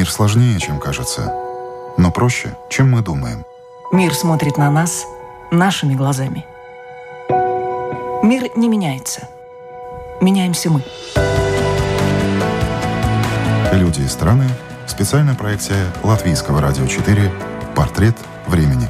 Мир сложнее, чем кажется, но проще, чем мы думаем. Мир смотрит на нас нашими глазами. Мир не меняется. Меняемся мы. Люди и страны. Специальная проекция Латвийского радио 4 «Портрет времени».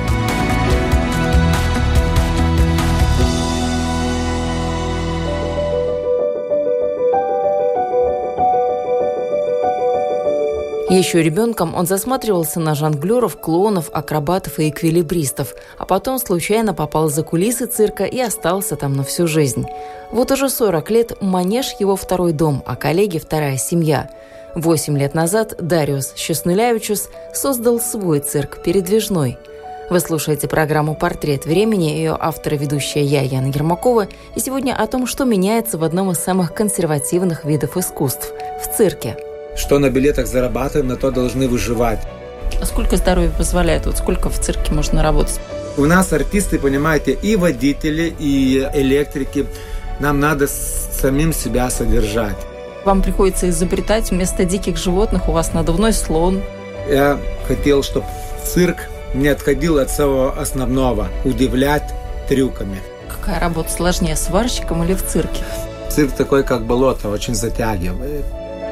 Еще ребенком он засматривался на жонглеров, клоунов, акробатов и эквилибристов, а потом случайно попал за кулисы цирка и остался там на всю жизнь. Вот уже 40 лет манеж – его второй дом, а коллеги – вторая семья. 8 лет назад Дариус Щеснулявичус создал свой цирк «Передвижной». Вы слушаете программу «Портрет времени», ее автор и ведущая я, Яна Ермакова, и сегодня о том, что меняется в одном из самых консервативных видов искусств – в цирке. Что на билетах зарабатываем, на то должны выживать. А сколько здоровье позволяет? Вот сколько в цирке можно работать? У нас артисты, понимаете, и водители, и электрики. Нам надо самим себя содержать. Вам приходится изобретать вместо диких животных у вас надувной слон. Я хотел, чтобы цирк не отходил от своего основного – удивлять трюками. Какая работа сложнее, сварщиком или в цирке? Цирк такой, как болото, очень затягивает.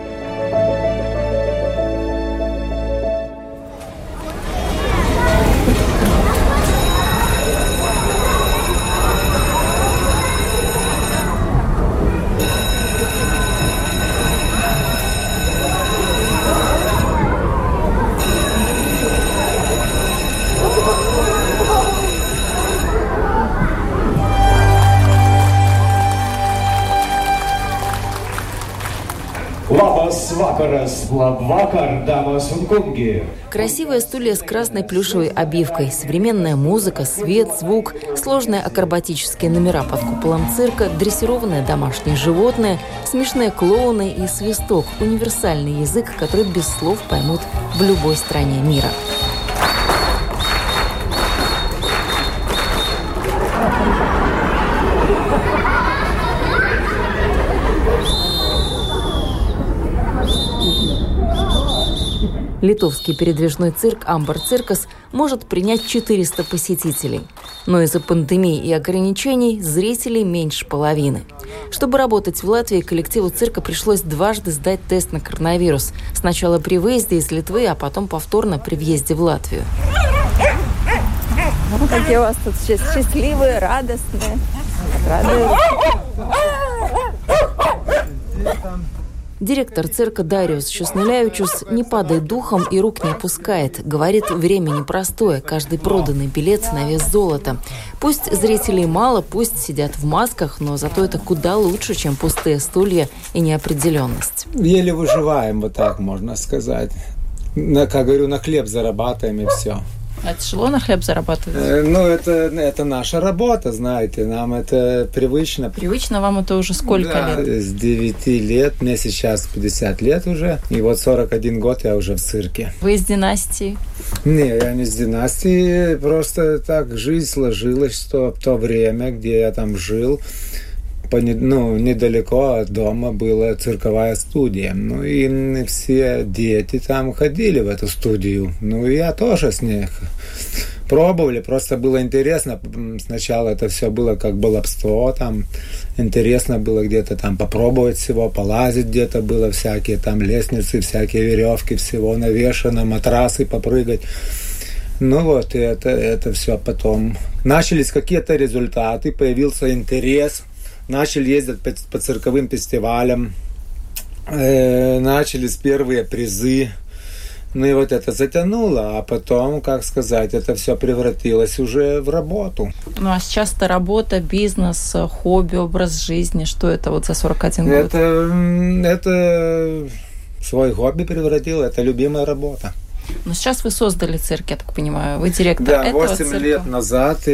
Красивые стулья с красной плюшевой обивкой, современная музыка, свет, звук, сложные акробатические номера под куполом цирка, дрессированные домашние животные, смешные клоуны и свисток – универсальный язык, который без слов поймут в любой стране мира. Литовский передвижной цирк «Амбар Циркас» может принять 400 посетителей. Но из-за пандемии и ограничений зрителей меньше половины. Чтобы работать в Латвии, коллективу цирка пришлось дважды сдать тест на коронавирус. Сначала при выезде из Литвы, а потом повторно при въезде в Латвию. Ну, какие у вас тут счастливые, радостные. Директор цирка Дариус Щеснулявичус не падает духом и рук не опускает. Говорит, время непростое, каждый проданный билет на вес золота. Пусть зрителей мало, пусть сидят в масках, но зато это куда лучше, чем пустые стулья и неопределенность. Еле выживаем, вот так можно сказать. Как говорю, на хлеб зарабатываем и все. А тяжело на хлеб зарабатывать? Ну, это наша работа, знаете, нам это привычно. Привычно вам это уже сколько лет? С 9 лет, мне сейчас 50 лет уже, и вот 41 год я уже в цирке. Вы из династии? Не, я не из династии, просто так жизнь сложилась, что в то время, где я там жил, недалеко от дома была цирковая студия. Ну, и все дети там ходили в эту студию. Ну, и я тоже с них пробовали. Просто было интересно. Сначала это все было как баловство. Там интересно было где-то там попробовать всего, полазить где-то было всякие там лестницы, всякие веревки, всего навешано, матрасы попрыгать. Ну вот, и это все потом. Начались какие-то результаты, появился интерес. Начали ездить по цирковым фестивалям, начались первые призы. Ну и вот это затянуло, а потом, как сказать, это все превратилось уже в работу. Ну а сейчас это работа, бизнес, хобби, образ жизни. Что это вот за 41 год? Это свой хобби превратило, это любимая работа. Но сейчас вы создали цирк, я так понимаю. Вы директор этого цирка? 8 лет назад.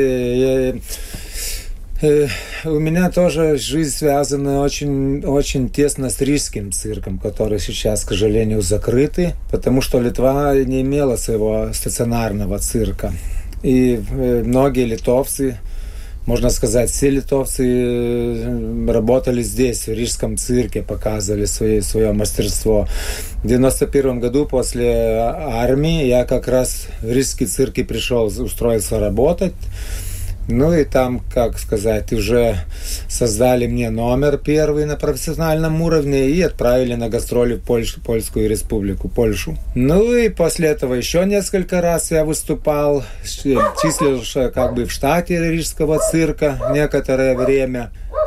У меня тоже жизнь связана очень, очень тесно с рижским цирком, который сейчас, к сожалению, закрытый, потому что Литва не имела своего стационарного цирка. И многие литовцы можно сказать, все литовцы работали здесь, в Рижском цирке, показывали свое мастерство. В 91 году после армии я как раз в Рижский цирк и пришел, устроился работать. Ну и там, как сказать, уже создали мне номер первый на профессиональном уровне и отправили на гастроли в Польскую республику, Польшу. Ну и после этого еще несколько раз я выступал, числился как бы в штате Рижского цирка некоторое время.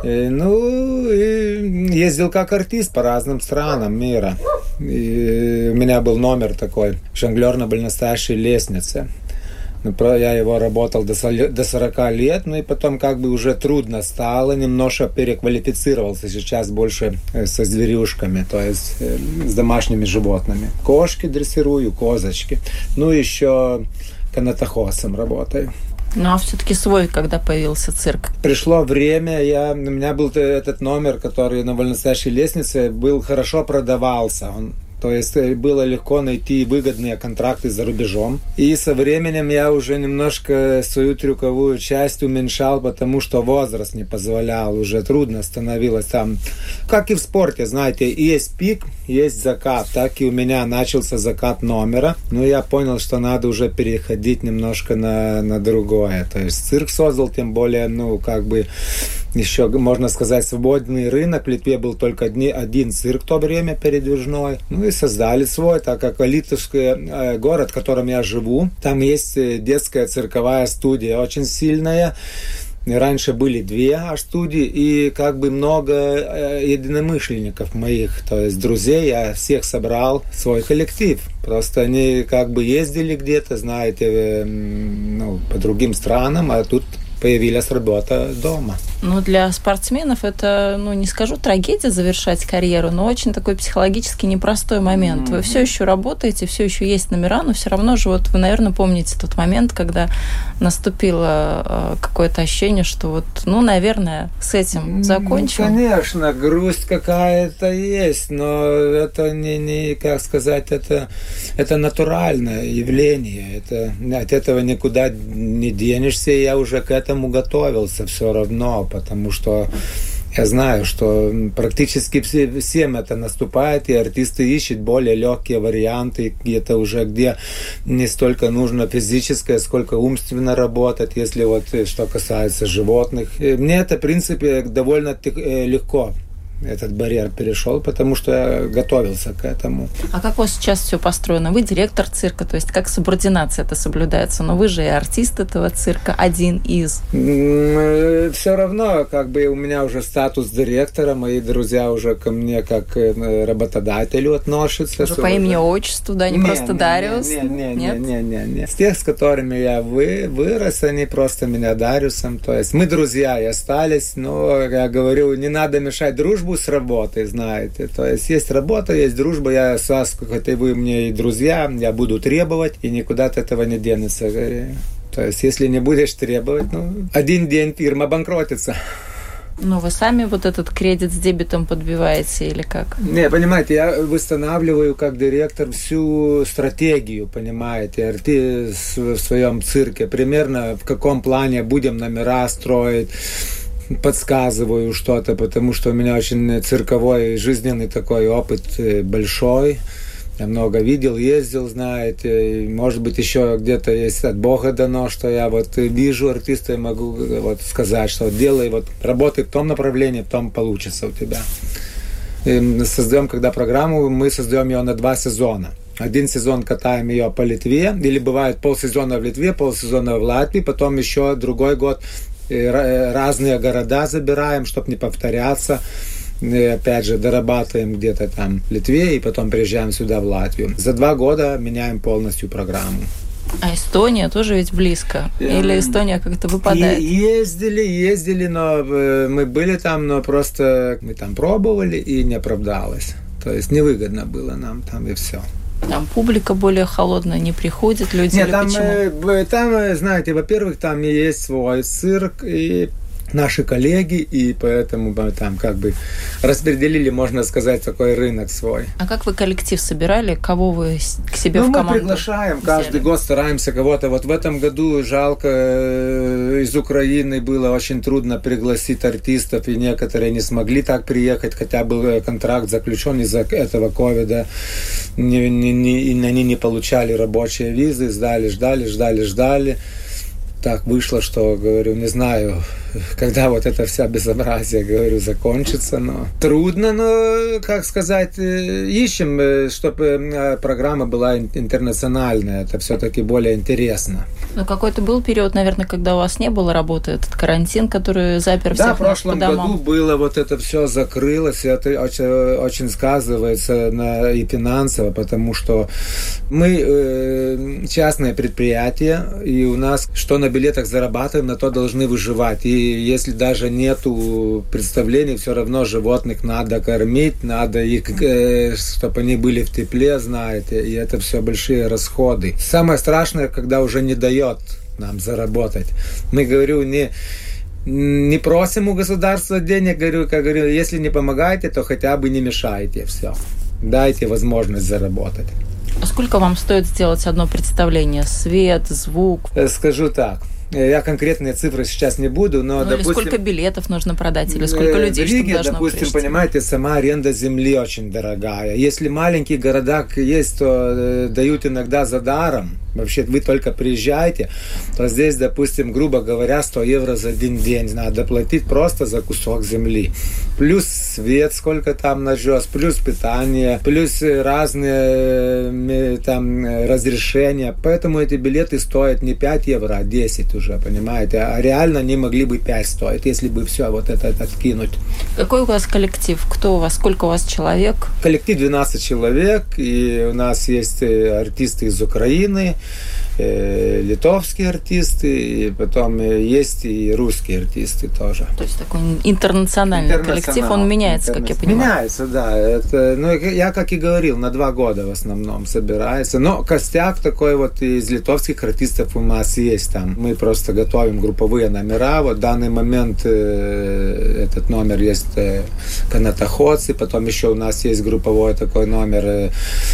Ну и ездил как артист по разным странам мира. И у меня был номер такой, жонглер на настоящей лестнице. Я его работал до 40 лет, ну и потом как бы уже трудно стало, немножко переквалифицировался, сейчас больше со зверюшками, то есть с домашними животными. Кошки дрессирую, козочки, ну еще канатохозом работаю. Ну а все-таки свой, когда появился цирк? Пришло время, у меня был этот номер, который на настоящей лестнице хорошо продавался. То есть было легко найти выгодные контракты за рубежом. И со временем я уже немножко свою трюковую часть уменьшал, потому что возраст не позволял. Уже трудно становилось там. Как и в спорте, знаете, есть пик, есть закат. Так и у меня начался закат номера. Но я понял, что надо уже переходить немножко на другое. То есть цирк создал, тем более, еще, можно сказать, свободный рынок. В Литве был только один цирк в то время передвижной. Ну и создали свой, так как Литовский город, в котором я живу, там есть детская цирковая студия, очень сильная. Раньше были 2 студии, и как бы много единомышленников моих, то есть друзей, я всех собрал в свой коллектив. Просто они как бы ездили где-то, знаете, по другим странам, а тут появилась работа дома. Ну, для спортсменов это, не скажу трагедия завершать карьеру, но очень такой психологически непростой момент. Вы все еще работаете, все еще есть номера, но все равно же вы, наверное, помните тот момент, когда наступило какое-то ощущение, что наверное, с этим закончим. Конечно, грусть какая-то есть, но это не как сказать, это натуральное явление. От этого никуда не денешься, и я уже к этому готовился все равно, потому что я знаю, что практически всем это наступает, и артисты ищут более легкие варианты, где-то уже, где не столько нужно физическое, сколько умственно работать, если что касается животных. И мне это, в принципе, довольно легко. Этот барьер перешел, потому что я готовился к этому. А как у вас сейчас все построено? Вы директор цирка, то есть как субординация это соблюдается? Но вы же и артист этого цирка, один из. Все равно, как бы у меня уже статус директора, мои друзья уже ко мне как к работодателю относятся. Уже по имени-отчеству, да, не просто Дариус? Нет. С тех, с которыми я вырос, они просто меня Дариусом. То есть мы друзья и остались, но я говорю, не надо мешать дружбу с работой, знаете. То есть работа, есть дружба, я с вас, хотя вы мне и друзья, я буду требовать, и никуда от этого не денется. То есть если не будешь требовать, один день фирма банкротится. Но вы сами этот кредит с дебетом подбиваете или как? Не, понимаете, я восстанавливаю как директор всю стратегию, понимаете, артист в своем цирке, примерно в каком плане будем номера строить, подсказываю что-то, потому что у меня очень цирковой жизненный такой опыт большой. Я много видел, ездил, знаете. И, может быть, еще где-то есть от Бога дано, что я вижу артиста и могу сказать, что делай, работай в том направлении, в том получится у тебя. И создаем, когда программу, мы создаем ее на 2 сезона. Один сезон катаем ее по Литве, или бывает полсезона в Литве, полсезона в Латвии, потом еще другой год разные города забираем, чтобы не повторяться. И опять же, дорабатываем где-то там в Литве и потом приезжаем сюда, в Латвию. За 2 года меняем полностью программу. А Эстония тоже ведь близко? Или Эстония как-то выпадает? Ездили, но мы были там, но просто мы там пробовали и не оправдалось. То есть невыгодно было нам там и все. Там публика более холодная, не приходят люди? Нет, там, знаете, во-первых, там есть свой цирк, и наши коллеги, и поэтому там как бы распределили, можно сказать, такой рынок свой. А как вы коллектив собирали? Кого вы к себе в команду? Мы приглашаем, каждый год стараемся кого-то. Вот в этом году жалко, из Украины было очень трудно пригласить артистов, и некоторые не смогли так приехать, хотя был контракт заключен из-за этого ковида. Они не получали рабочие визы, ждали. Так вышло, что, говорю, не знаю, когда вот это вся безобразие, говорю, закончится, но трудно, но, как сказать, ищем, чтобы программа была интернациональная, это все-таки более интересно. Ну, какой-то был период, наверное, когда у вас не было работы, этот карантин, который запер всех в прошлом году было, вот это все закрылось, и это очень сказывается и финансово, потому что мы частное предприятие, и у нас что на билетах зарабатываем, на то должны выживать. И если даже нету представлений, все равно животных надо кормить, надо их, чтобы они были в тепле, знаете, и это все большие расходы. Самое страшное, когда уже не дает нам заработать. Мы, говорю, не просим у государства денег, говорю, если не помогаете, то хотя бы не мешайте, все. Дайте возможность заработать. А сколько вам стоит сделать одно представление? Свет, звук? Скажу так. Я конкретные цифры сейчас не буду, но, допустим... Или сколько билетов нужно продать, или сколько людей, в Риге, чтобы должно допустим, прийти? понимаете, сама аренда земли очень дорогая. Если маленький городок есть, то дают иногда за даром. Вообще, вы только приезжаете, то здесь, допустим, грубо говоря, 100 евро за один день надо платить просто за кусок земли. Плюс свет, сколько там нажёс, плюс питание, плюс разные там разрешения. Поэтому эти билеты стоят не 5 евро, а 10 уже, понимаете. А реально они могли бы 5 стоить, если бы все вот это откинуть. Какой у вас коллектив? Кто у вас? Сколько у вас человек? Коллектив 12 человек, и у нас есть артисты из Украины, литовские артисты, и потом есть и русские артисты тоже. То есть такой интернациональный коллектив, он меняется, как я понимаю. Меняется, да. Это, я, как и говорил, на 2 года в основном собирается. Но костяк такой вот из литовских артистов у нас есть там. Мы просто готовим групповые номера. Вот в данный момент этот номер есть канатоходцы, потом еще у нас есть групповой такой номер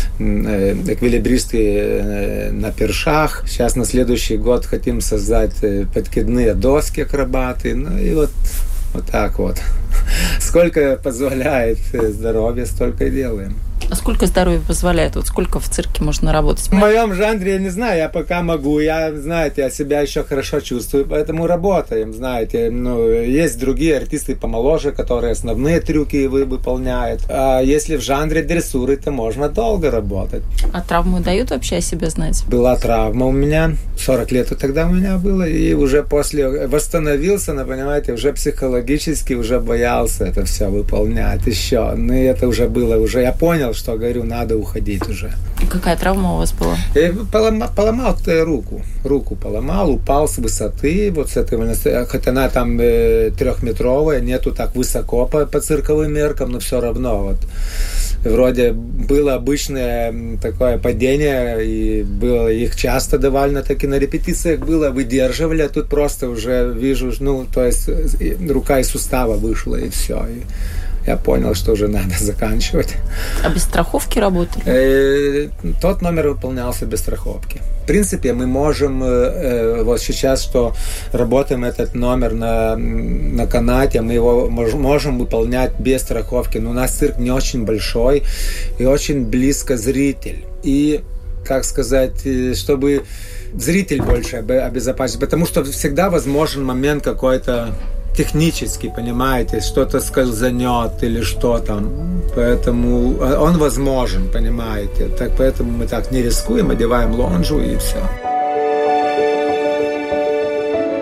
эквилибристы на першах. Сейчас на следующий год хотим создать подкидные доски акробаты. Ну и вот так вот. Сколько позволяет здоровье, столько и делаем. А сколько здоровье позволяет? Вот сколько в цирке можно работать? В моем жанре я не знаю, я пока могу. Я, знаете, я себя еще хорошо чувствую, поэтому работаем, знаете. Есть другие артисты помоложе, которые основные трюки выполняют. А если в жанре дрессуры, то можно долго работать. А травмы дают вообще о себе знать? Была травма у меня, 40 лет тогда у меня было, и уже после восстановился, понимаете, уже психологически уже боялся это все выполнять еще. Но это уже было, я понял, что, говорю, надо уходить уже. Какая травма у вас была? Я поломал руку поломал, упал с высоты, вот с этой, хоть она там 3-метровая, нету так высоко по цирковым меркам, но все равно вот. Вроде было обычное такое падение, и было их часто довольно-таки на репетициях было, выдерживали, а тут просто уже вижу, то есть рука из сустава вышла, и все. И я понял, что уже надо заканчивать. А без страховки работали? Тот номер выполнялся без страховки. В принципе, мы можем, вот сейчас, что работаем этот номер на канате, мы его можем выполнять без страховки, но у нас цирк не очень большой и очень близко зритель. И, как сказать, чтобы зритель больше обезопасить, потому что всегда возможен момент какой-то технически, понимаете, что-то скользанет или что там. Поэтому он возможен, понимаете. Так, поэтому мы так не рискуем, одеваем лонжу и все.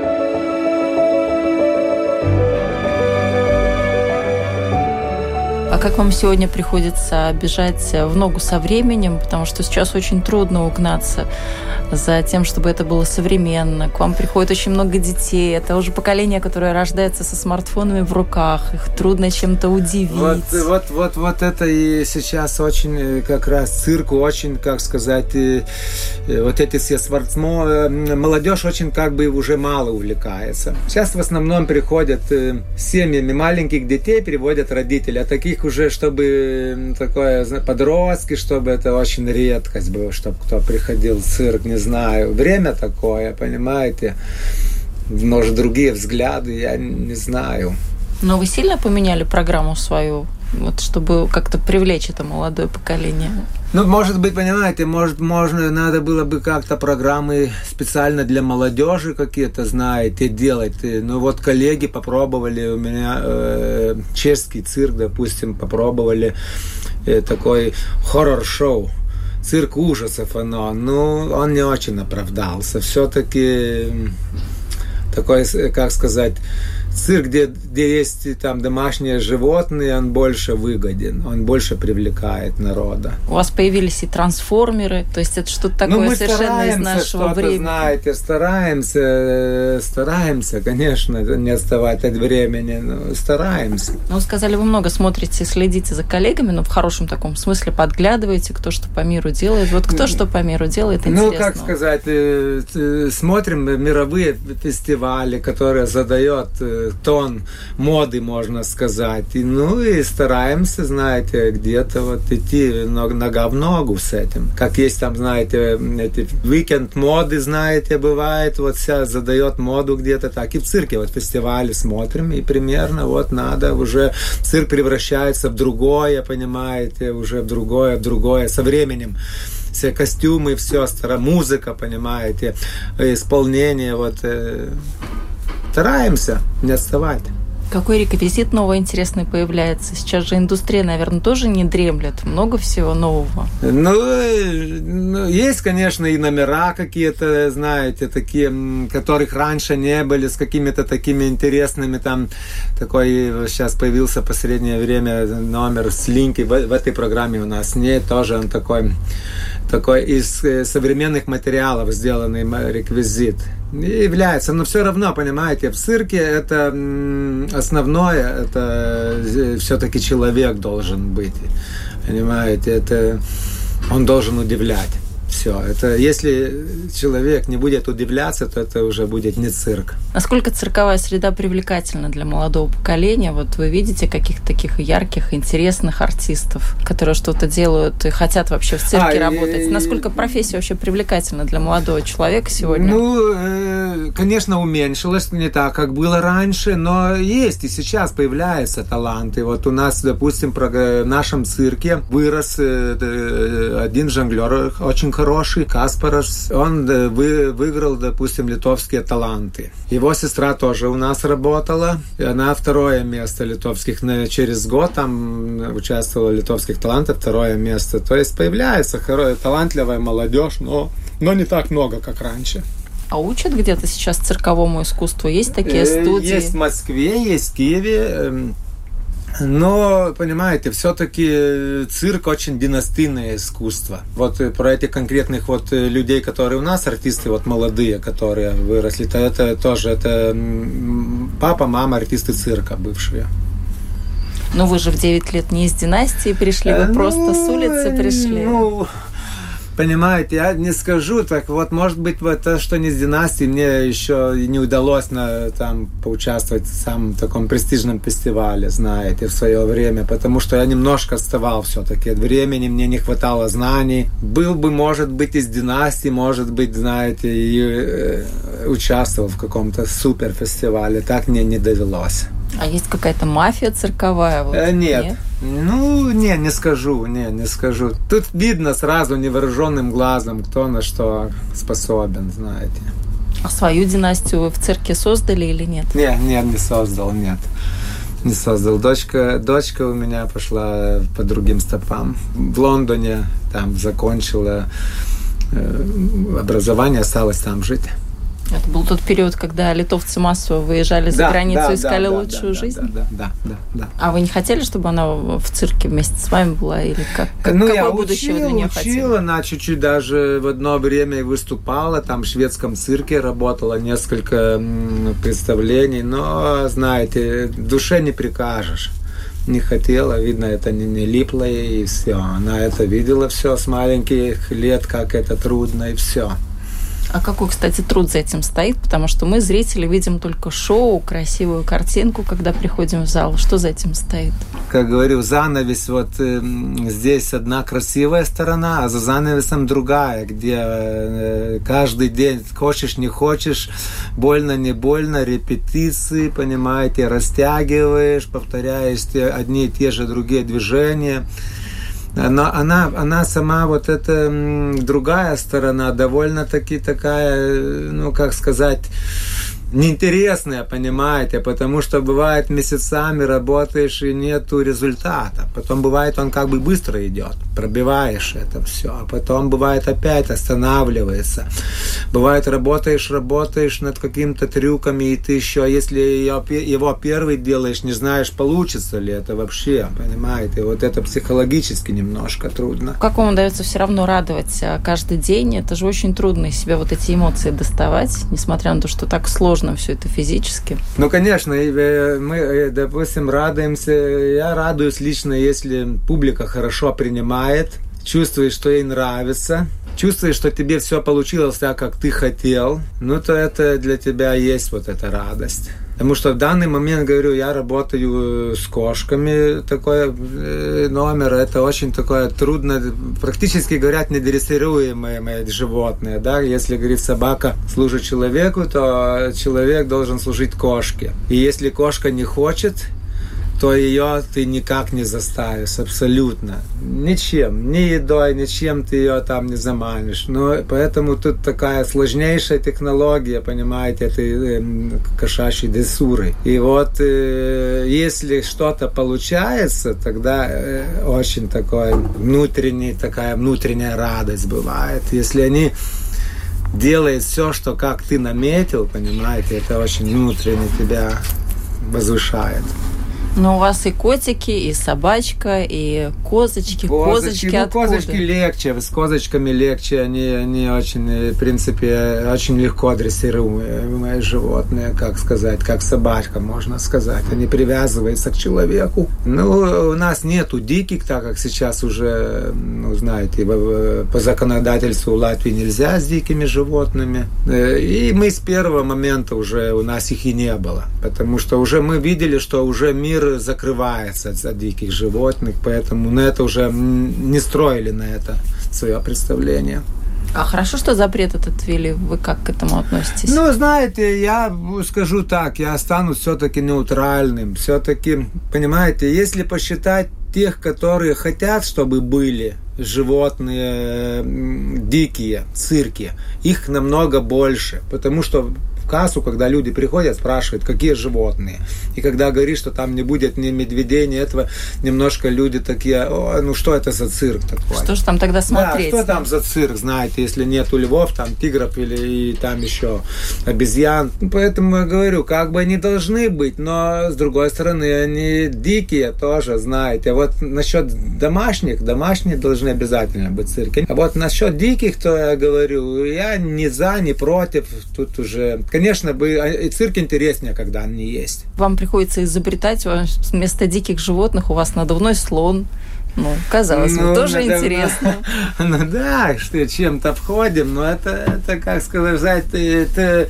А как вам сегодня приходится бежать в ногу со временем, потому что сейчас очень трудно угнаться за тем, чтобы это было современно. К вам приходит очень много детей. Это уже поколение, которое рождается со смартфонами в руках. Их трудно чем-то удивить. Вот это и сейчас очень как раз цирку очень, как сказать, вот эти все смартфоны. Молодежь очень как бы уже мало увлекается. Сейчас в основном приходят семьями маленьких детей, приводят родители. А таких уже, чтобы такое подростки, чтобы это очень редкость была, чтобы кто приходил в цирк, не знаю. Время такое, понимаете. Может, другие взгляды, я не знаю. Но вы сильно поменяли программу свою, вот, чтобы как-то привлечь это молодое поколение? Ну, может быть, понимаете, надо было бы как-то программы специально для молодежи какие-то, знаете, делать. Ну, вот коллеги попробовали, у меня чешский цирк, допустим, попробовали такой хоррор-шоу. Цирк ужасов он не очень оправдался. Все-таки такой, как сказать, цирк, где есть там домашние животные, он больше выгоден, он больше привлекает народа. У вас появились и трансформеры, то есть это что-то такое совершенно из нашего времени. Знаете, стараемся, конечно, не отставать от времени, но стараемся. Ну, сказали, вы много смотрите, следите за коллегами, но в хорошем таком смысле подглядываете, кто что по миру делает. Вот кто что по миру делает, интересно. Ну, как сказать, смотрим мировые фестивали, которые задают тон моды, можно сказать. И стараемся, знаете, где-то вот идти нога в ногу с этим. Как есть там, знаете, эти уикенд моды, знаете, бывает, вот вся задает моду где-то так. И в цирке вот фестивали смотрим, и примерно вот надо уже цирк превращается в другое, понимаете, уже в другое со временем. Все костюмы, все, музыка, понимаете, исполнение, вот. Стараемся не отставать. Какой реквизит новый интересный появляется? Сейчас же индустрия, наверное, тоже не дремлет. Много всего нового. Ну, есть, конечно, и номера какие-то, знаете, такие, которых раньше не были, с какими-то такими интересными. Там такой сейчас появился в последнее время номер с Линки. В этой программе у нас нет. Тоже он такой из современных материалов сделанный реквизит. И является, но все равно, понимаете, в цирке это основное, это все-таки человек должен быть, понимаете, это он должен удивлять. Все, это если человек не будет удивляться, то это уже будет не цирк. Насколько цирковая среда привлекательна для молодого поколения? Вот вы видите каких-то таких ярких, интересных артистов, которые что-то делают и хотят вообще в цирке работать. Насколько профессия вообще привлекательна для молодого человека сегодня? Ну, конечно, уменьшилось, не так, как было раньше, но есть и сейчас появляются таланты. Вот у нас, допустим, в нашем цирке вырос один жонглер очень хороший, Каспарас, он выиграл, допустим, литовские таланты. Его сестра тоже у нас работала, и она второе место литовских, через год там участвовала в литовских талантах, второе место. То есть появляется талантливая молодежь, но не так много, как раньше. А учат где-то сейчас цирковому искусству? Есть такие студии? Есть в Москве, есть в Киеве. Но, понимаете, все-таки цирк очень династийное искусство. Вот про этих конкретных вот людей, которые у нас, артисты вот молодые, которые выросли, то это тоже, это папа, мама, артисты цирка бывшие. Но вы же в 9 лет не из династии пришли, вы просто с улицы пришли. Понимаете, я не скажу так, вот может быть вот то, что не из династии, мне еще не удалось там поучаствовать в самом таком престижном фестивале, знаете, в свое время, потому что я немножко отставал все-таки от времени, мне не хватало знаний. Был бы, может быть, из династии, может быть, знаете, и участвовал в каком-то суперфестивале, так мне не довелось. А есть какая-то мафия цирковая? Вот, нет. Ну, не скажу. Тут видно сразу невооруженным глазом, кто на что способен, знаете. А свою династию вы в цирке создали или нет? Нет, не создал, нет. Не создал. Дочка у меня пошла по другим стопам. В Лондоне там закончила образование, осталась там жить. Это был тот период, когда литовцы массово выезжали за границу, искали лучшую жизнь? Да. А вы не хотели, чтобы она в цирке вместе с вами была? Или какое будущее вы для нее хотели? Учила, она чуть-чуть даже в одно время выступала, там в шведском цирке работала, несколько представлений, но, знаете, душе не прикажешь. Не хотела, видно, это не липло ей, и все. Она это видела все с маленьких лет, как это трудно, и все. А какой, кстати, труд за этим стоит? Потому что мы, зрители, видим только шоу, красивую картинку, когда приходим в зал. Что за этим стоит? Как говорю, занавес, вот здесь одна красивая сторона, а за занавесом другая, где каждый день хочешь, не хочешь, больно, не больно, репетиции, понимаете, растягиваешь, повторяешь одни и те же другие движения. Она сама, вот эта другая сторона, довольно-таки такая, ну, как сказать, неинтересная, понимаете, потому что бывает месяцами работаешь и нету результата. Потом бывает он как бы быстро идет, пробиваешь это все, а потом бывает опять останавливается. Бывает работаешь над каким-то трюками, и ты еще, если его первый делаешь, не знаешь, получится ли это вообще, понимаете. Вот это психологически немножко трудно. Как вам удается все равно радовать каждый день? Это же очень трудно из себя вот эти эмоции доставать, несмотря на то, что так сложно все это физически. Ну, конечно, мы, допустим, радуемся. Я радуюсь лично, если публика хорошо принимает, чувствуешь, что ей нравится, чувствуешь, что тебе все получилось так, как ты хотел, ну, то это для тебя есть вот эта радость. Потому что в данный момент, говорю, я работаю с кошками, такой номер, это очень такое трудно, практически, говорят, недрессируемые животные, да, если, говорит, собака служит человеку, то человек должен служить кошке. И если кошка не хочет, то ее ты никак не заставишь, абсолютно. Ничем, ни едой, ничем ты ее там не заманишь. Но поэтому тут такая сложнейшая технология, понимаете, этой кошачьей дрессуры. И вот если что-то получается, тогда очень такая внутренняя радость бывает. Если они делают все, что как ты наметил, понимаете, это очень внутренне тебя возвышает. Но у вас и котики, и собачка, и козочки. Козочки откуда? Козочки легче, с козочками легче. Они очень, в принципе, очень легко дрессируемые животные, как сказать, как собачка, можно сказать. Они привязываются к человеку. Ну, у нас нету диких, так как сейчас уже, ну, знаете, по законодательству Латвии нельзя с дикими животными. И мы с первого момента уже, у нас их и не было. Потому что уже мы видели, что уже мир закрывается от диких животных, поэтому на это уже не строили на это свое представление. А хорошо, что запрет этот ввели. Вы как к этому относитесь? Ну, знаете, я скажу так, я останусь все-таки нейтральным. Все-таки, понимаете, если посчитать тех, которые хотят, чтобы были животные дикие, цирки, их намного больше, потому что кассу, когда люди приходят, спрашивают, какие животные. И когда говоришь, что там не будет ни медведей, ни этого, немножко люди такие, ну что это за цирк такой? Что же там тогда смотреть? Да, что там за цирк, знаете, если нету львов, там тигров или и там еще обезьян. Поэтому я говорю, как бы они должны быть, но с другой стороны, они дикие тоже, знаете. Вот насчет домашних должны обязательно быть цирки. А вот насчет диких, то я говорю, я ни за, ни против, тут уже... Конечно, и цирк интереснее, когда они есть. Вам приходится изобретать, вместо диких животных у вас надувной слон. Ну, казалось бы, тоже интересно. Ну да, что чем-то входим, но это как сказать, это...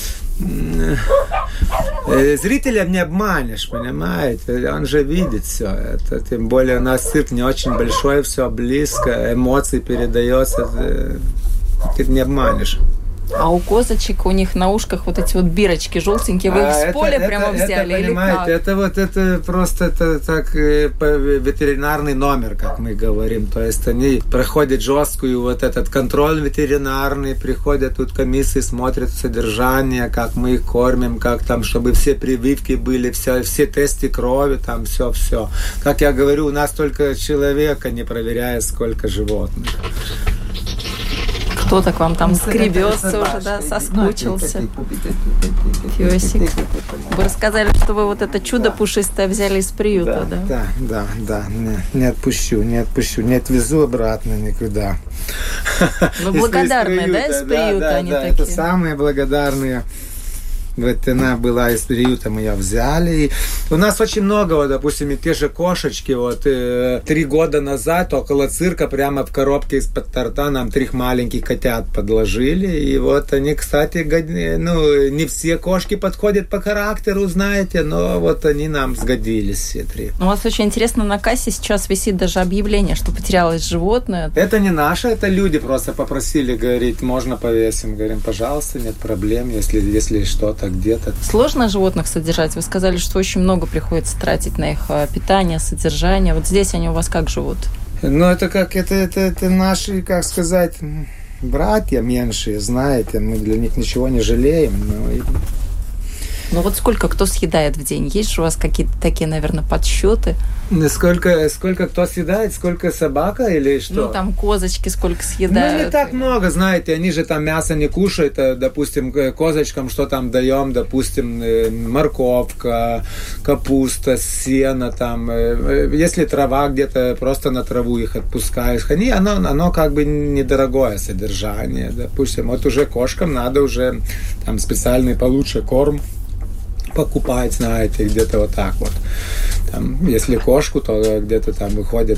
Зрителя не обманешь, понимаете? Он же видит все это. Тем более у нас цирк не очень большой, все близко, эмоции передается. Ты не обманешь. А у козочек, у них на ушках вот эти вот бирочки желтенькие, вы их с поля прямо взяли или как? Это просто так ветеринарный номер, как мы говорим. То есть они проходят жесткую вот этот контроль ветеринарный, приходят тут комиссии, смотрят содержание, как мы их кормим, как там, чтобы все прививки были, все тесты крови, там все. Как я говорю, у нас только человека не проверяет, сколько животных. Кто-то к вам там скребется уже, да, соскучился. Песик. Вы рассказали, что вы вот это чудо пушистое взяли из приюта, да? Да. Не отпущу, не отвезу обратно никуда. Вы благодарные, да, из приюта они такие? Это самые благодарные. Вот она была из приюта, мы ее взяли. И у нас очень много, вот, допустим, и те же кошечки. Вот 3 года назад около цирка прямо в коробке из-под торта нам 3 маленьких котят подложили. И вот они, кстати, не все кошки подходят по характеру, знаете, но вот они нам сгодились все 3. У вас очень интересно, на кассе сейчас висит даже объявление, что потерялось животное. Это не наше, это люди просто попросили, говорить, можно повесим. Говорим, пожалуйста, нет проблем, если что-то где-то. Сложно животных содержать? Вы сказали, что очень много приходится тратить на их питание, содержание. Вот здесь они у вас как живут? Ну, это наши, как сказать, братья меньшие, знаете. Мы для них ничего не жалеем. Ну вот сколько кто съедает в день? Есть же у вас какие-то такие, наверное, подсчеты? Сколько кто съедает, сколько собака или что? Ну, там козочки сколько съедают. Ну, не так много, знаете, они же там мясо не кушают, допустим, козочкам что там даем, допустим, морковка, капуста, сено там, если трава где-то, просто на траву их отпускаешь, оно как бы недорогое содержание, допустим, вот уже кошкам надо уже там специальный получше корм покупать, знаете, где-то вот так вот. Там, если кошку, то где-то там выходит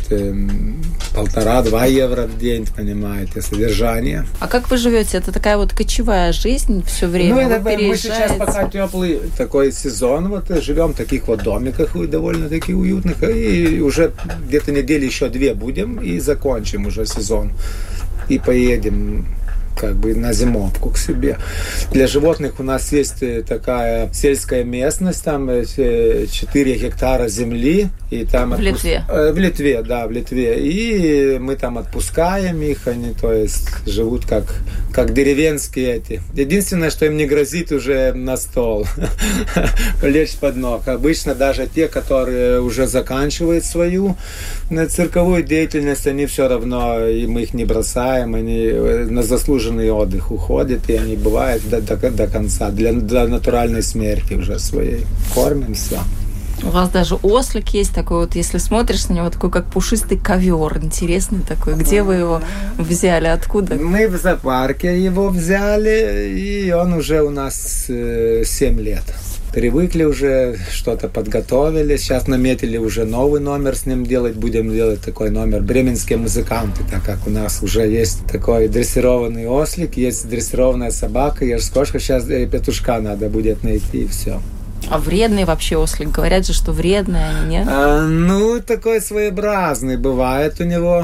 1,5-2 евро в день, понимаете, содержание. А как вы живете? Это такая вот кочевая жизнь все время? Ну, это мы сейчас пока теплый такой сезон, вот живем в таких вот домиках довольно-таки уютных, и уже где-то недели еще 2 будем, и закончим уже сезон. И поедем как бы на зимовку к себе. Для животных у нас есть такая сельская местность, там 4 гектара земли. И там в Литве? В Литве, да, в Литве. И мы там отпускаем их, они, то есть, живут как деревенские эти. Единственное, что им не грозит уже на стол. Лечь под ног. Обычно даже те, которые уже заканчивают свою цирковую деятельность, они все равно, и мы их не бросаем, они на заслуженный отдых уходят, и они бывают до конца, для натуральной смерти уже своей. Кормим все. У вас даже ослик есть такой, вот если смотришь на него, такой как пушистый ковер, интересный такой. Где вы его взяли, откуда? Мы в зоопарке его взяли, и он уже у нас 7 лет. Привыкли уже, что-то подготовили. Сейчас наметили уже новый номер с ним делать. Будем делать такой номер «Бременские музыканты», так как у нас уже есть такой дрессированный ослик, есть дрессированная собака, есть кошка. Сейчас петушка надо будет найти, и все. А вредный вообще ослик? Говорят же, что вредные они, нет? Ну, такой своеобразный. Бывает у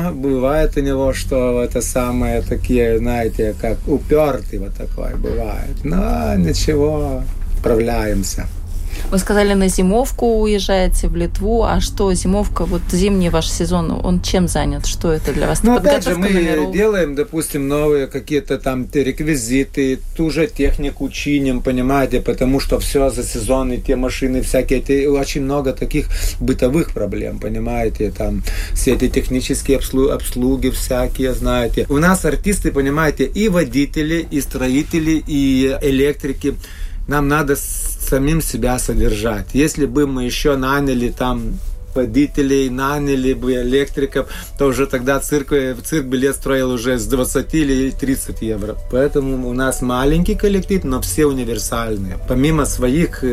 него, что это самое такие, знаете, как упертый вот такой бывает. Но ничего, справляемся. Вы сказали, на зимовку уезжаете в Литву. А что, зимовка, вот зимний ваш сезон, он чем занят? Что это для вас? Ну, опять же, мы делаем, допустим, новые какие-то там реквизиты, ту же технику чиним, понимаете, потому что все за сезон, и те машины всякие, очень много таких бытовых проблем, понимаете, там все эти технические обслуги всякие, знаете. У нас артисты, понимаете, и водители, и строители, и электрики. Нам надо самим себя содержать. Если бы мы еще наняли там водителей, наняли бы электриков, то уже тогда цирк билет стоил уже с 20 или 30 евро. Поэтому у нас маленький коллектив, но все универсальные. Помимо своих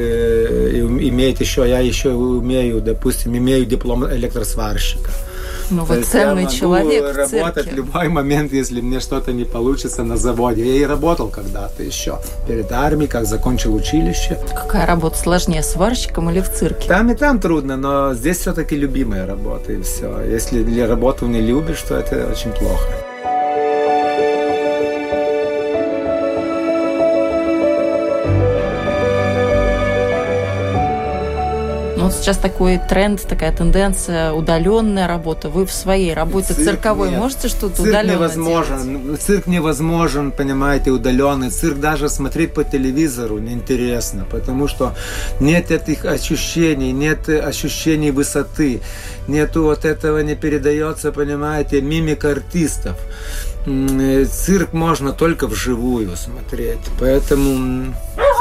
иметь еще, я еще имею диплом электросварщика. Ну, вы ценный человек в цирке. Работать в любой момент, если мне что-то не получится на заводе. Я и работал когда-то еще перед армией, как закончил училище. Какая работа сложнее, сварщиком или в цирке? Там и там трудно, но здесь все-таки любимая работа, и все. Если работу не любишь, то это очень плохо. Ну, вот сейчас такой тренд, такая тенденция, удаленная работа. Вы в своей работе цирковой можете что-то удаленно делать? Цирк невозможен, понимаете, удаленный. Цирк даже смотреть по телевизору неинтересно, потому что нет этих ощущений, нет ощущений высоты, нету вот этого, не передается, понимаете, мимика артистов. Цирк можно только вживую смотреть, поэтому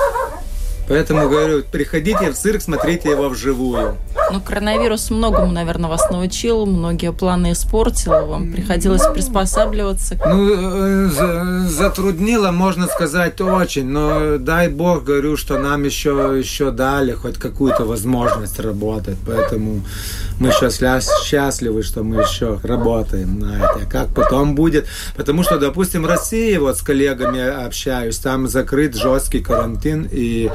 говорю, приходите в цирк, смотрите его вживую. Ну, коронавирус многому, наверное, вас научил, многие планы испортил, вам приходилось приспосабливаться. Ну, затруднило, можно сказать, очень, но дай бог, говорю, что нам еще дали хоть какую-то возможность работать, поэтому мы сейчас счастливы, что мы еще работаем на это. Как потом будет? Потому что, допустим, в России, вот с коллегами общаюсь, там закрыт жесткий карантин, и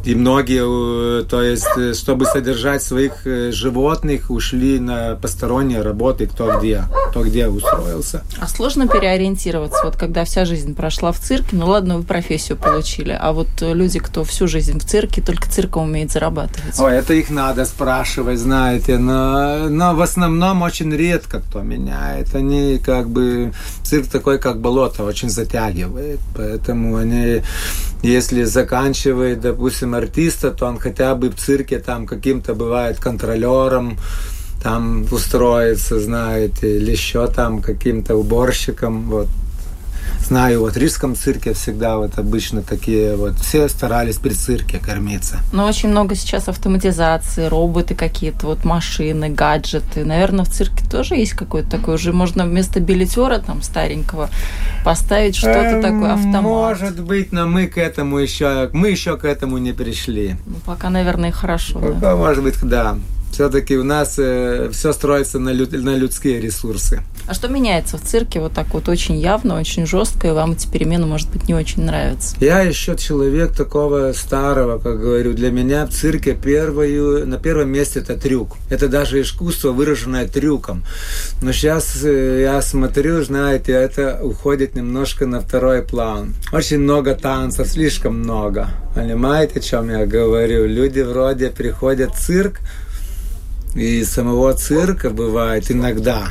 многие, то есть, чтобы содержать своих животных, ушли на посторонние работы, кто где устроился. А сложно переориентироваться, вот когда вся жизнь прошла в цирке, ну ладно, вы профессию получили, а вот люди, кто всю жизнь в цирке, только цирком умеет зарабатывать. Ой, это их надо спрашивать, знаете, но в основном очень редко кто меняет. Они как бы, цирк такой, как болото, очень затягивает, поэтому они, если заканчивает, допустим, артиста, то он хотя бы в цирке там каким-то бывает контролером, там устроится, знаете, или еще там каким-то уборщиком, вот. Знаю, вот в Рижском цирке всегда вот обычно такие вот, все старались при цирке кормиться. Но очень много сейчас автоматизации, роботы какие-то, вот машины, гаджеты. Наверное, в цирке тоже есть какой-то такой, уже можно вместо билетера там старенького поставить что-то такое, автомат. Может быть, но мы еще к этому не пришли. Ну, пока, наверное, хорошо. Пока, да? Может быть, да. Все-таки у нас все строится на людские ресурсы. А что меняется в цирке вот так вот очень явно, очень жестко, и вам эти перемены, может быть, не очень нравятся? Я еще человек такого старого, как говорю. Для меня в цирке на первом месте это трюк. Это даже искусство, выраженное трюком. Но сейчас я смотрю, знаете, это уходит немножко на второй план. Очень много танцев, слишком много. Понимаете, о чем я говорю? Люди вроде приходят в цирк, и самого цирка бывает иногда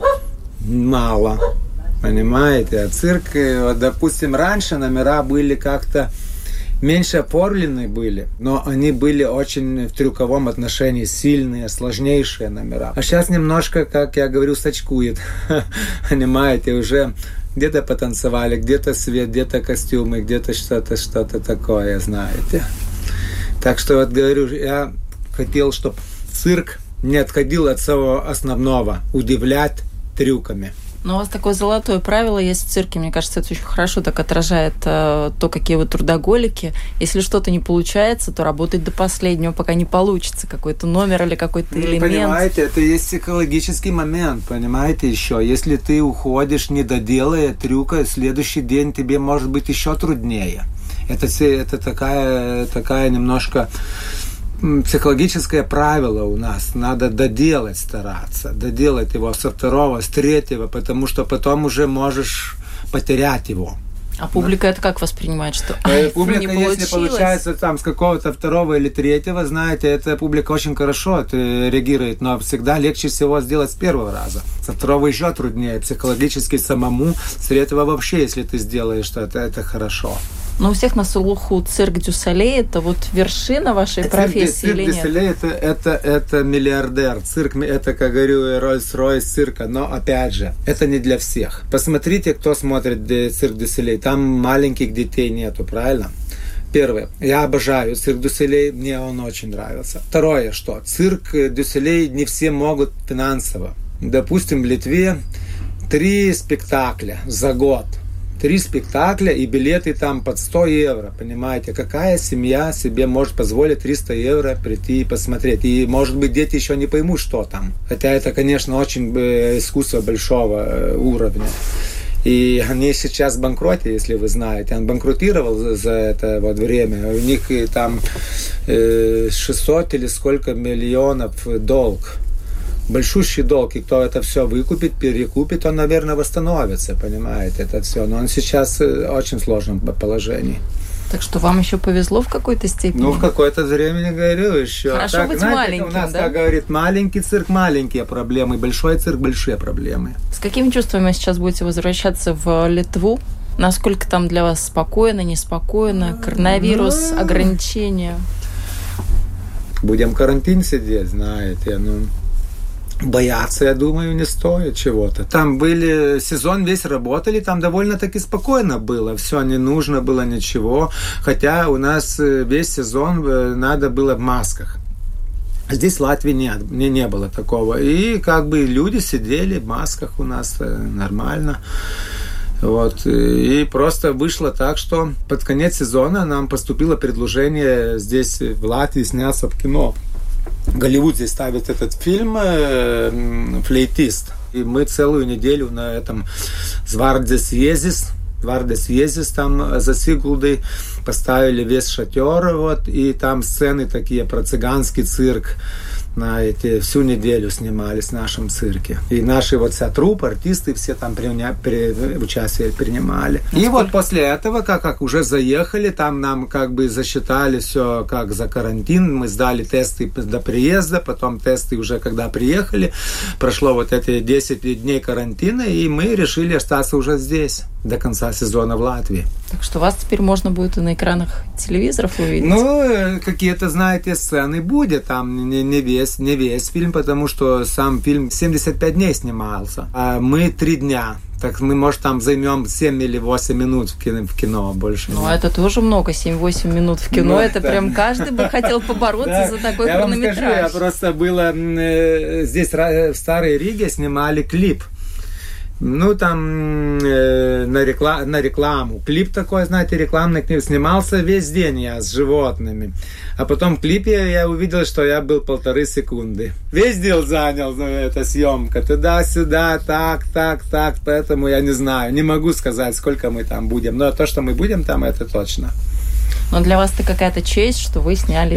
мало, понимаете? А цирк, вот, допустим, раньше номера были как-то меньше оформлены были, но они были очень в трюковом отношении сильные, сложнейшие номера. А сейчас немножко, как я говорю, сачкует, понимаете, уже где-то потанцевали, где-то свет, где-то костюмы, где-то что-то такое, знаете. Так что вот говорю, я хотел, чтобы цирк не отходил от своего основного – удивлять трюками. Но у вас такое золотое правило есть в цирке. Мне кажется, это очень хорошо так отражает то, какие вы трудоголики. Если что-то не получается, то работать до последнего, пока не получится какой-то номер или какой-то элемент. Понимаете, это есть психологический момент, понимаете, еще. Если ты уходишь, не доделая трюка, следующий день тебе может быть еще труднее. Это такая немножко психологическое правило у нас. Надо стараться доделать его со второго, с третьего, потому что потом уже можешь потерять его. А публика это как воспринимает? Что публика, если получается там с какого-то второго или третьего, знаете, эта публика очень хорошо реагирует, но всегда легче всего сделать с первого раза. Со второго еще труднее, психологически самому, с третьего вообще, если ты сделаешь, то это хорошо. Но у всех на слуху цирк дю Солей – это вот вершина вашей профессии или нет? Цирк дю Солей – это миллиардер. Цирк – это, как говорю, Роллс-Ройс цирка. Но, опять же, это не для всех. Посмотрите, кто смотрит цирк дю Солей. Там маленьких детей нету, правильно? Первое. Я обожаю цирк дю Солей. Мне он очень нравился. Второе, что цирк дю Солей не все могут финансово. Допустим, в Литве 3 спектакля за год. 3 спектакля и билеты там под 100 евро, понимаете? Какая семья себе может позволить 300 евро прийти и посмотреть? И, может быть, дети еще не поймут, что там. Хотя это, конечно, очень искусство большого уровня. И они сейчас в банкроте, если вы знаете. Он банкротировал за это вот время. У них там 600 или сколько миллионов долг. Большущий долг, и кто это все выкупит, перекупит, он, наверное, восстановится, понимаете, это все. Но он сейчас в очень сложном положении. Так что вам еще повезло в какой-то степени? Ну, в какое-то время, говорю, еще. Хорошо так, быть знаете, маленьким, у нас, да? как говорит, маленький цирк, маленькие проблемы, большой цирк, большие проблемы. С какими чувствами сейчас будете возвращаться в Литву? Насколько там для вас спокойно, неспокойно? Коронавирус, ограничения? Будем в карантине сидеть, знаете, бояться, я думаю, не стоит чего-то. Там были, сезон весь работали, там довольно-таки спокойно было. Все, не нужно было ничего. Хотя у нас весь сезон надо было в масках. Здесь в Латвии не было такого. И как бы люди сидели в масках у нас нормально. Вот. И просто вышло так, что под конец сезона нам поступило предложение здесь в Латвии сняться в кино. Голливуд здесь ставит этот фильм «Флейтист». И мы целую неделю на этом Звардес Езис там за Сигулдой поставили весь шатер, вот, и там сцены такие про цыганский цирк. Всю неделю снимались в нашем цирке. И наши вот вся труппа, артисты все там участие принимали. И вот после этого, как уже заехали, там нам как бы засчитали все как за карантин. Мы сдали тесты до приезда, потом тесты уже когда приехали. Прошло вот эти 10 дней карантина, и мы решили остаться уже здесь до конца сезона в Латвии. Так что вас теперь можно будет и на экранах телевизоров увидеть? Ну, какие-то, знаете, сцены будет. Там не весь фильм, потому что сам фильм 75 дней снимался, а мы 3 дня. Так мы, может, там займем 7 или 8 минут в кино больше. Ну, это тоже много, 7-8 минут в кино. Ну, это да. Прям каждый бы хотел побороться за такой хронометраж. Я вам скажу, я просто было здесь в Старой Риге снимали клип. Ну, там на рекламу. Клип такой, знаете, рекламный клип. Снимался весь день я с животными. А потом в клипе я увидел, что я был 1,5 секунды. Весь день занял эта съемка. Туда-сюда, так. Поэтому я не знаю. Не могу сказать, сколько мы там будем. Но то, что мы будем там, это точно. Но для вас это какая-то честь, что вы снялись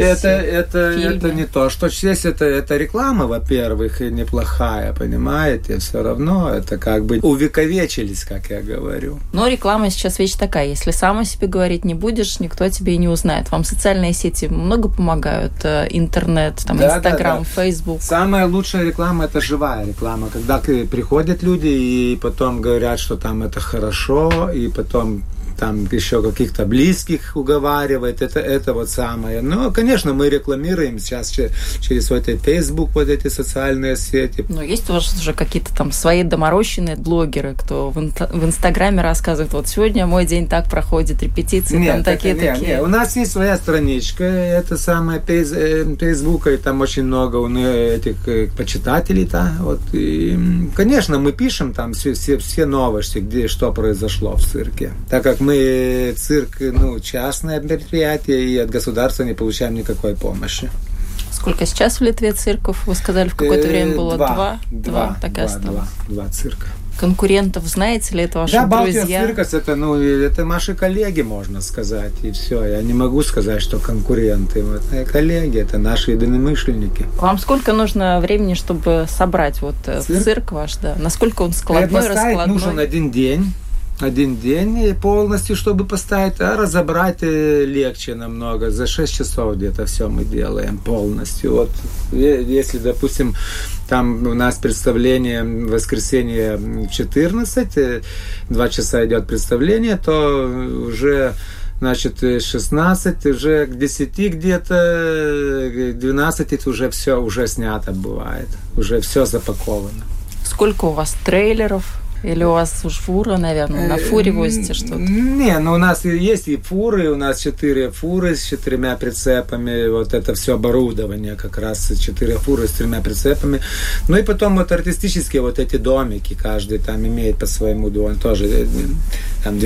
это не то, что честь, это реклама, во-первых, неплохая, понимаете, все равно это как бы увековечились, как я говорю. Но реклама сейчас вещь такая, если сам о себе говорить не будешь, никто тебе и не узнает. Вам социальные сети много помогают, интернет, там, Инстаграм, Фейсбук. Самая лучшая реклама – это живая реклама, когда приходят люди и потом говорят, что там это хорошо, и потом там еще каких-то близких уговаривает, это вот самое. Но, конечно, мы рекламируем сейчас через вот этот Facebook, вот эти социальные сети. Но есть у вас уже какие-то там свои доморощенные блогеры, кто в Инстаграме рассказывает, вот сегодня мой день так проходит, репетиции, нет, там такие. Нет, у нас есть своя страничка, это самое Facebook, и там очень много у этих почитателей, да, вот. И, конечно, мы пишем там все новости, где что произошло в цирке, так как мы цирк, частное предприятие, и от государства не получаем никакой помощи. Сколько сейчас в Литве цирков? Вы сказали, в какое-то время было два, так и осталось. Два цирка. Конкурентов знаете ли, это ваши друзья? Балтия Циркас, это наши коллеги, можно сказать, и все. Я не могу сказать, что конкуренты. Это коллеги, это наши единомышленники. Вам сколько нужно времени, чтобы собрать цирк ваш? Да? Насколько он складной, раскладной? Нужен 1 день. 1 день полностью, чтобы поставить, а разобрать легче намного. За 6 часов где-то все мы делаем полностью. Вот если, допустим, там у нас представление в воскресенье в 14, 2 часа идет представление, то уже, значит, 16, уже к 10 где-то, к 12 уже все уже снято бывает. Уже все запаковано. Сколько у вас трейлеров? Или у вас уж фура, наверное, на фуре возите что-то? Не, у нас есть и фуры, у нас 4 фуры с 4 прицепами, вот это все оборудование, как раз 4 фуры с 3 прицепами. Ну и потом вот артистические вот эти домики, каждый там имеет по своему дому, тоже там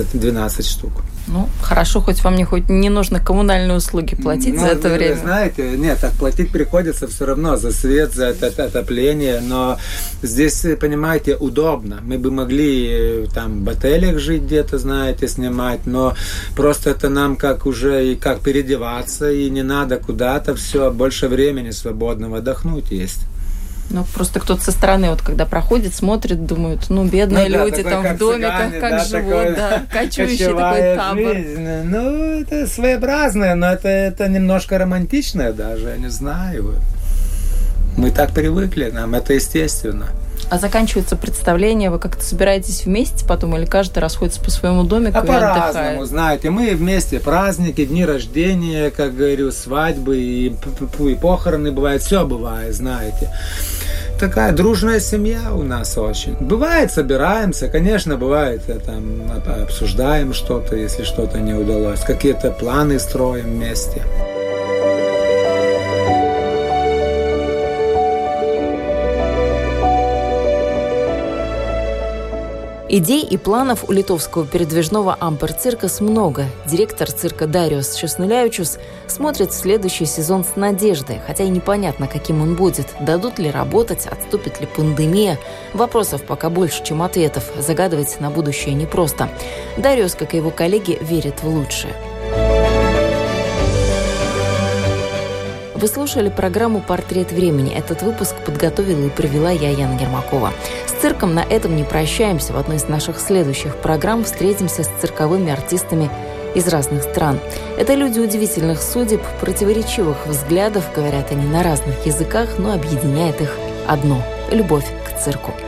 12 штук. Ну, хорошо, хоть вам не нужно коммунальные услуги платить за это время. Знаете, нет, так платить приходится все равно за свет, за это отопление, но здесь, понимаете, удобно. Мы бы могли там в отелях жить где-то, знаете, снимать, но просто это нам как уже и как переодеваться, и не надо куда-то, все, больше времени свободного, отдохнуть есть. Ну, просто кто-то со стороны, вот когда проходит, смотрит, думают, ну, бедные люди там в домиках, как живут, кочующий такой табор. Жизнь. Ну, это своеобразное, но это немножко романтичное даже, я не знаю. Мы так привыкли, нам это естественно. А заканчивается представление, вы как-то собираетесь вместе потом или каждый расходится по своему домику и отдыхает? По-разному, знаете, мы вместе праздники, дни рождения, как говорю, свадьбы и похороны бывают, все бывает, знаете. Такая дружная семья у нас очень. Бывает, собираемся, конечно, бывает, там, обсуждаем что-то, если что-то не удалось, какие-то планы строим вместе. Идей и планов у литовского передвижного амперциркас много. Директор цирка Дариос Чеснуляючус смотрит в следующий сезон с надеждой, хотя и непонятно, каким он будет. Дадут ли работать, отступит ли пандемия. Вопросов пока больше, чем ответов. Загадывать на будущее непросто. Дариос, как и его коллеги, верит в лучшее. Вы слушали программу «Портрет времени». Этот выпуск подготовила и провела я, Яна Ермакова. С цирком на этом не прощаемся. В одной из наших следующих программ встретимся с цирковыми артистами из разных стран. Это люди удивительных судеб, противоречивых взглядов, говорят они на разных языках, но объединяет их одно – любовь к цирку.